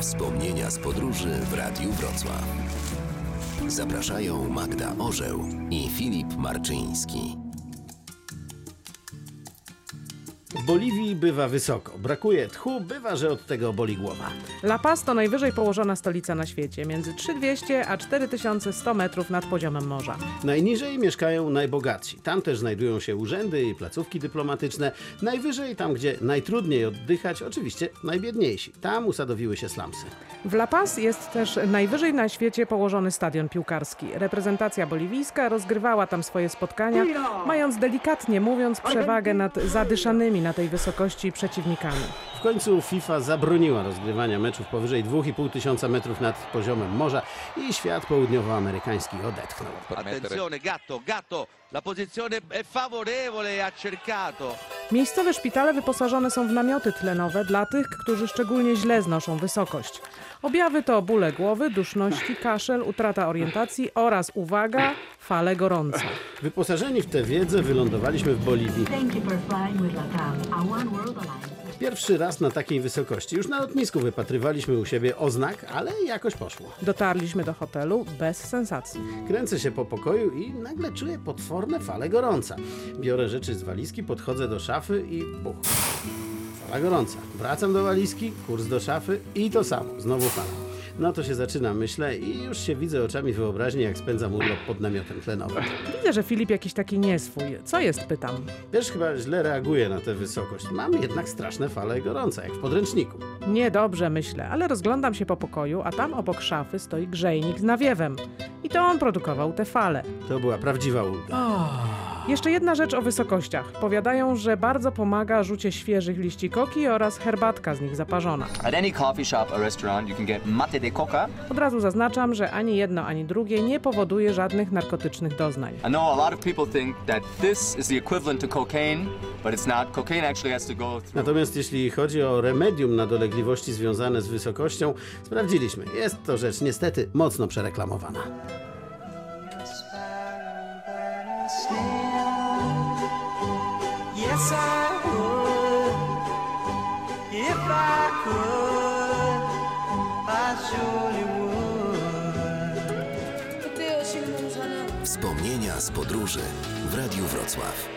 Wspomnienia z podróży w Radiu Wrocław. Zapraszają Magda Orzeł i Filip Marczyński. W Boliwii bywa wysoko, brakuje tchu, bywa, że od tego boli głowa. La Paz to najwyżej położona stolica na świecie, między 3200 a 4100 metrów nad poziomem morza. Najniżej mieszkają najbogatsi. Tam też znajdują się urzędy i placówki dyplomatyczne. Najwyżej, tam gdzie najtrudniej oddychać, oczywiście najbiedniejsi. Tam usadowiły się slumsy. W La Paz jest też najwyżej na świecie położony stadion piłkarski. Reprezentacja boliwijska rozgrywała tam swoje spotkania, mając delikatnie mówiąc przewagę nad zadyszanymi na tej wysokości przeciwnikami. W końcu FIFA zabroniła rozgrywania meczów powyżej 2500 metrów nad poziomem morza i świat południowoamerykański odetchnął. Attenzione, Gatto, la posizione è favorevole, ha cercato. Miejscowe szpitale wyposażone są w namioty tlenowe dla tych, którzy szczególnie źle znoszą wysokość. Objawy to bóle głowy, duszności, kaszel, utrata orientacji oraz, uwaga, fale gorące. Wyposażeni w tę wiedzę wylądowaliśmy w Boliwii. Thank you for flying with LATAM, a One World Alliance. Pierwszy raz na takiej wysokości. Już na lotnisku wypatrywaliśmy u siebie oznak, ale jakoś poszło. Dotarliśmy do hotelu bez sensacji. Kręcę się po pokoju i nagle czuję potworne fale gorąca. Biorę rzeczy z walizki, podchodzę do szafy i buch. Fala gorąca. Wracam do walizki, kurs do szafy i to samo. Znowu fala. No to się zaczyna, myślę, i już się widzę oczami wyobraźni, jak spędzam urlop pod namiotem tlenowym. Widzę, że Filip jakiś taki nieswój. Co jest, pytam. Wiesz, chyba źle reaguję na tę wysokość. Mam jednak straszne fale gorąca, jak w podręczniku. Niedobrze myślę, ale rozglądam się po pokoju, a tam obok szafy stoi grzejnik z nawiewem. I to on produkował te fale. To była prawdziwa ulga. Jeszcze jedna rzecz o wysokościach. Powiadają, że bardzo pomaga rzucie świeżych liści koki oraz herbatka z nich zaparzona. At any coffee shop or restaurant, you can get mate de coca. Od razu zaznaczam, że ani jedno, ani drugie nie powoduje żadnych narkotycznych doznań. I know a lot of people think that this is the equivalent to cocaine, but it's not. Cocaine actually has to go through. Natomiast jeśli chodzi o remedium na dolegliwości związane z wysokością, sprawdziliśmy. Jest to rzecz niestety mocno przereklamowana. Yes, I would. If I could, I surely would. Wspomnienia z podróży w Radiu Wrocław.